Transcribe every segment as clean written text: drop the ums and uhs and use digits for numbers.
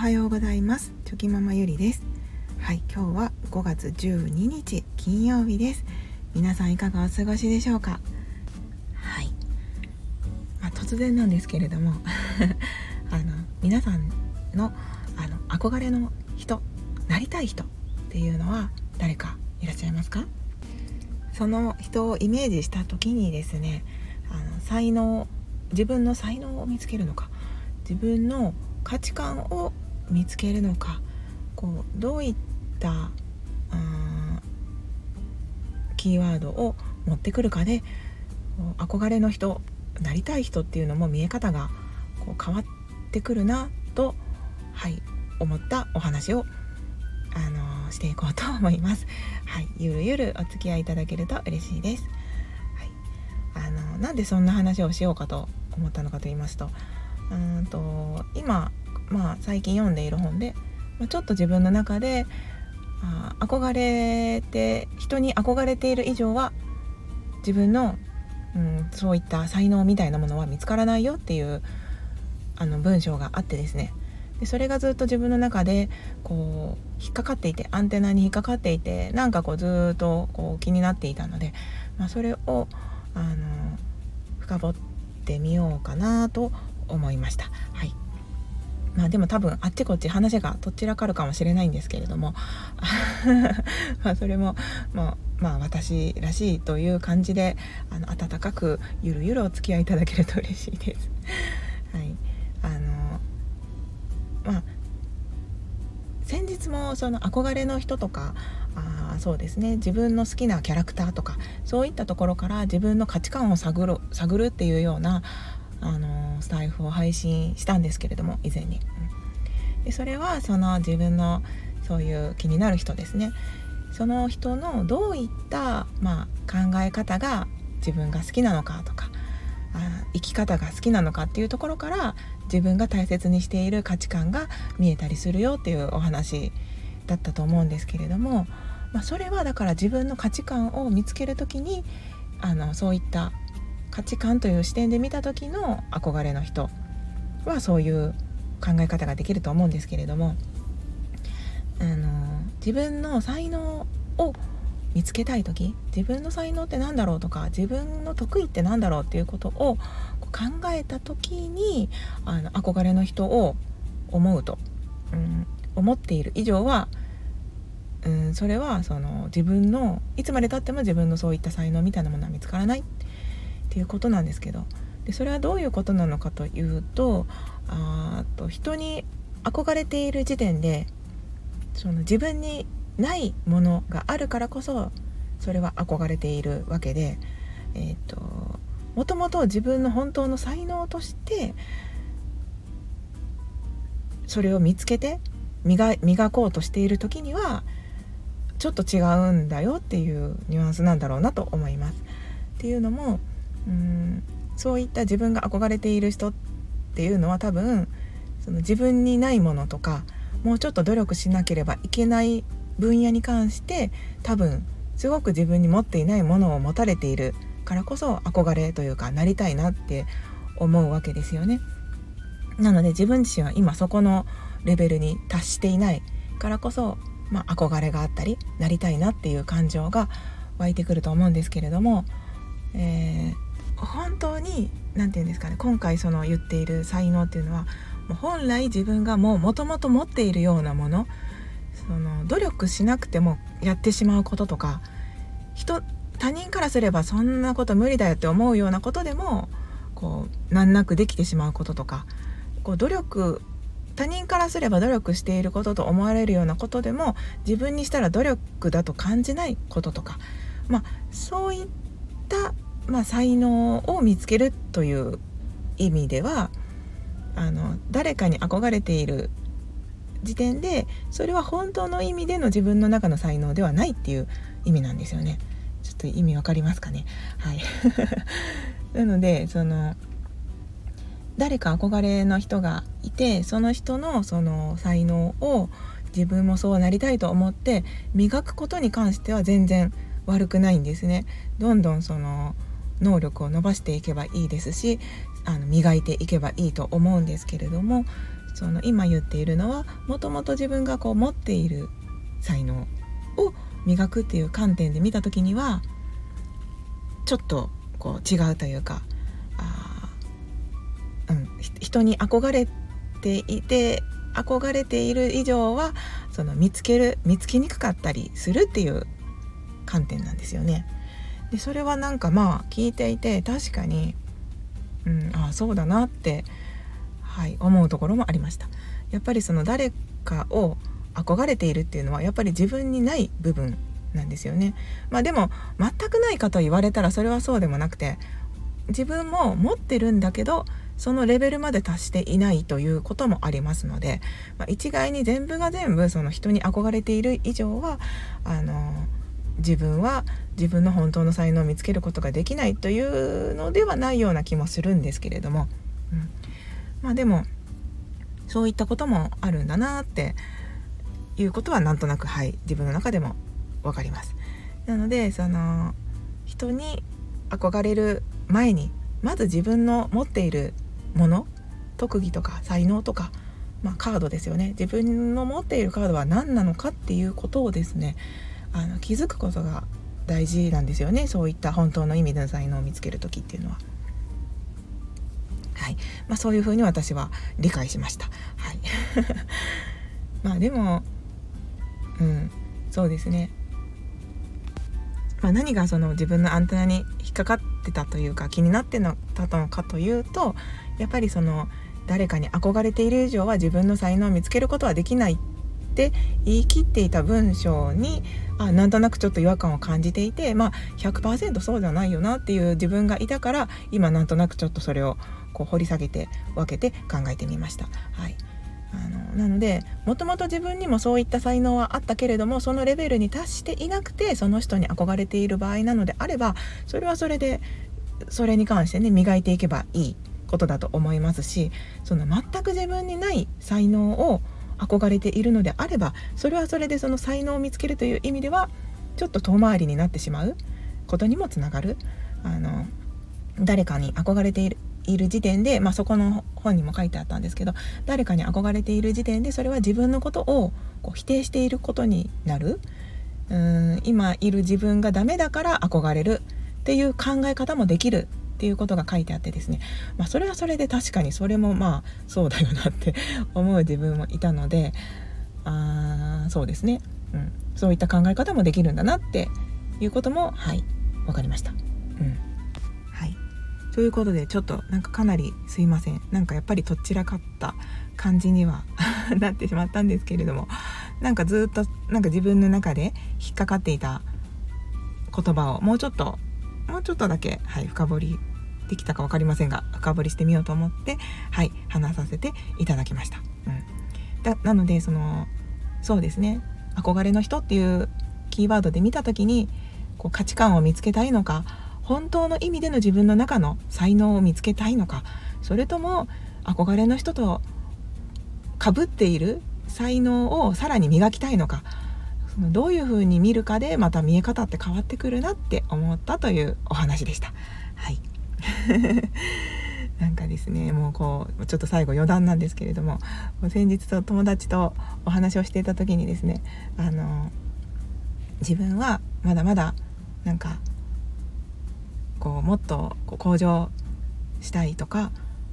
はようございます。チョキママゆりです。はい、今日は5月12日金曜日です。皆さんいかがお過ごしでしょうか。はい、突然なんですけれども皆さんの憧れの人、なりたい人っていうのは誰かいらっしゃいますか？その人をイメージした時にですね、自分の才能を見つけるのか、自分の価値観を見つけるのか、どういったキーワードを持ってくるかで、憧れの人、なりたい人っていうのも見え方が変わってくるなと、思ったお話をしていこうと思います。ゆるゆるお付き合いいただけると嬉しいです。なんでそんな話をしようかと思ったのかと言いますと、今、最近読んでいる本で、ちょっと自分の中で人に憧れている以上は自分の、そういった才能みたいなものは見つからないよっていう文章があってですね、でそれがずっと自分の中で引っかかっていて、アンテナに引っかかっていて、ずっと気になっていたので、それを深掘ってみようかなと思いました。でも多分あっちこっち話がどちらかるかもしれないんですけれどもそれも私らしいという感じで温かくゆるゆるお付き合いいただけると嬉しいです。先日もその憧れの人とかそうですね、自分の好きなキャラクターとか、そういったところから自分の価値観を探るっていうようなスタイフを配信したんですけれども、以前に、でそれはその自分のそういう気になる人ですね、その人のどういった、考え方が自分が好きなのかとか、生き方が好きなのかっていうところから自分が大切にしている価値観が見えたりするよっていうお話だったと思うんですけれども、それはだから自分の価値観を見つけるときにそういった価値観という視点で見た時の憧れの人はそういう考え方ができると思うんですけれども、自分の才能を見つけたい時、自分の才能って何だろうとか、自分の得意って何だろうっていうことを考えた時に憧れの人を思うと、思っている以上は、それは自分のいつまでたっても自分のそういった才能みたいなものは見つからないっていうことなんですけど、でそれはどういうことなのかというと、人に憧れている時点で自分にないものがあるからこそそれは憧れているわけで、もともと自分の本当の才能としてそれを見つけて磨こうとしている時にはちょっと違うんだよっていうニュアンスなんだろうなと思います。っていうのもそういった自分が憧れている人っていうのは多分自分にないものとか、もうちょっと努力しなければいけない分野に関して多分すごく自分に持っていないものを持たれているからこそ憧れというかなりたいなって思うわけですよね。なので自分自身は今そこのレベルに達していないからこそ、憧れがあったりなりたいなっていう感情が湧いてくると思うんですけれども、本当に何て言うんですかね、今回言っている才能っていうのはもう本来自分がもともと持っているようなもの、努力しなくてもやってしまうこととか、他人からすればそんなこと無理だよって思うようなことでも難なくできてしまうこととか、他人からすれば努力していることと思われるようなことでも自分にしたら努力だと感じないこととか、そういった才能を見つけるという意味では誰かに憧れている時点でそれは本当の意味での自分の中の才能ではないっていう意味なんですよね。ちょっと意味わかりますかね。なので誰か憧れの人がいて、その人の才能を自分もそうなりたいと思って磨くことに関しては全然悪くないんですね。どんどん能力を伸ばしていけばいいですし磨いていけばいいと思うんですけれども、 その今言っているのはもともと自分がこう持っている才能を磨くっていう観点で見た時にはちょっとこう違うというか、人に憧れている以上はその見つけにくかったりするっていう観点なんですよね。でそれはなんか聞いていて確かに、そうだなって、思うところもありました。やっぱりその誰かを憧れているっていうのはやっぱり自分にない部分なんですよね。でも全くないかと言われたらそれはそうでもなくて、自分も持ってるんだけどそのレベルまで達していないということもありますので、一概に全部が全部その人に憧れている以上は自分は自分の本当の才能を見つけることができないというのではないような気もするんですけれども、でもそういったこともあるんだなっていうことはなんとなく自分の中でも分かります。なのでその人に憧れる前にまず自分の持っているもの、特技とか才能とか、カードですよね。自分の持っているカードは何なのかっていうことをですね気づくことが大事なんですよね。そういった本当の意味での才能を見つける時っていうのは。そういうふうに私は理解しました。でもそうですね。何がその自分のアンテナに引っかかってたというか気になってたのかというと、やっぱりその誰かに憧れている以上は自分の才能を見つけることはできないって言い切っていた文章になんとなくちょっと違和感を感じていて、100% そうじゃないよなっていう自分がいたから、今なんとなくちょっとそれをこう掘り下げて分けて考えてみました。なのでもともと自分にもそういった才能はあったけれども、そのレベルに達していなくてその人に憧れている場合なのであれば、それはそれでそれに関してね磨いていけばいいことだと思いますし、その全く自分にない才能を憧れているのであれば、それはそれでその才能を見つけるという意味ではちょっと遠回りになってしまうことにもつながる。誰かに憧れている時点で、そこの本にも書いてあったんですけど、誰かに憧れている時点でそれは自分のことをこう否定していることになる。今いる自分がダメだから憧れるっていう考え方もできるっていうことが書いてあってですね、それはそれで確かにそれもそうだよなって思う自分もいたので、そうですね、そういった考え方もできるんだなっていうことも分かりました。ということでちょっとかなりすいません、やっぱりとっちらかった感じにはなってしまったんですけれども、ずっと自分の中で引っかかっていた言葉をもうちょっとだけ、深掘りできたか分かりませんが深掘りしてみようと思って、話させていただきました。なのでそうですね、憧れの人っていうキーワードで見た時にこう価値観を見つけたいのか、本当の意味での自分の中の才能を見つけたいのか、それとも憧れの人と被っている才能をさらに磨きたいのか、どういう風に見るかでまた見え方って変わってくるなって思ったというお話でした。ですね、もうこうちょっと最後余談なんですけれども、先日と友達とお話をしていた時にですね、自分はまだまだこうもっと向上したいとか、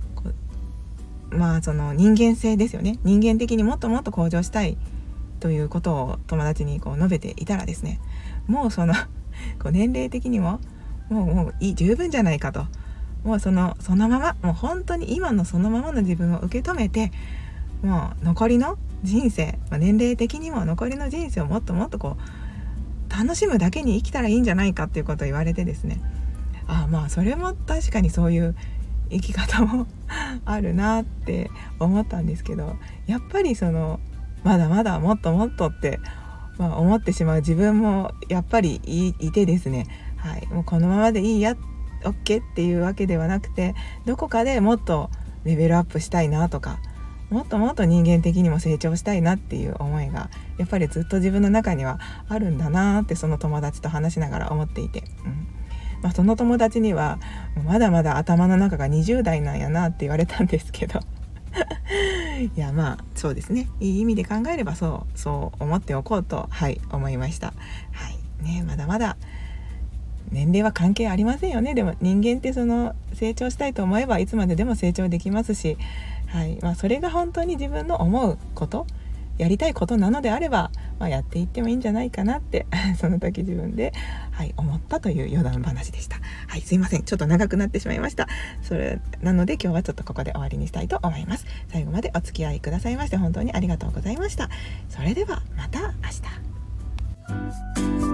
その人間性ですよね、人間的にもっともっと向上したいということを友達に述べていたらですね、もうその年齢的にももう十分じゃないかと、もうそのまま、もう本当に今のそのままの自分を受け止めて、もう残りの人生、年齢的にも残りの人生をもっともっと楽しむだけに生きたらいいんじゃないかっていうことを言われてですね、それも確かにそういう生き方もあるなって思ったんですけど、やっぱりまだまだもっともっとって、思ってしまう自分もやっぱりいてですね、もうこのままでいいや OK っていうわけではなくて、どこかでもっとレベルアップしたいなとか、もっともっと人間的にも成長したいなっていう思いがやっぱりずっと自分の中にはあるんだなって、その友達と話しながら思っていて、その友達にはまだまだ頭の中が20代なんやなって言われたんですけどいやまあそうですね、いい意味で考えればそう思っておこうと思いました。はいね、まだまだ年齢は関係ありませんよね。でも人間って成長したいと思えばいつまででも成長できますし、それが本当に自分の思うことやりたいことなのであれば、やっていってもいいんじゃないかなってその時自分で、思ったという余談話でした。すいません、ちょっと長くなってしまいました。それなので今日はちょっとここで終わりにしたいと思います。最後までお付き合いくださいまして本当にありがとうございました。それではまた明日。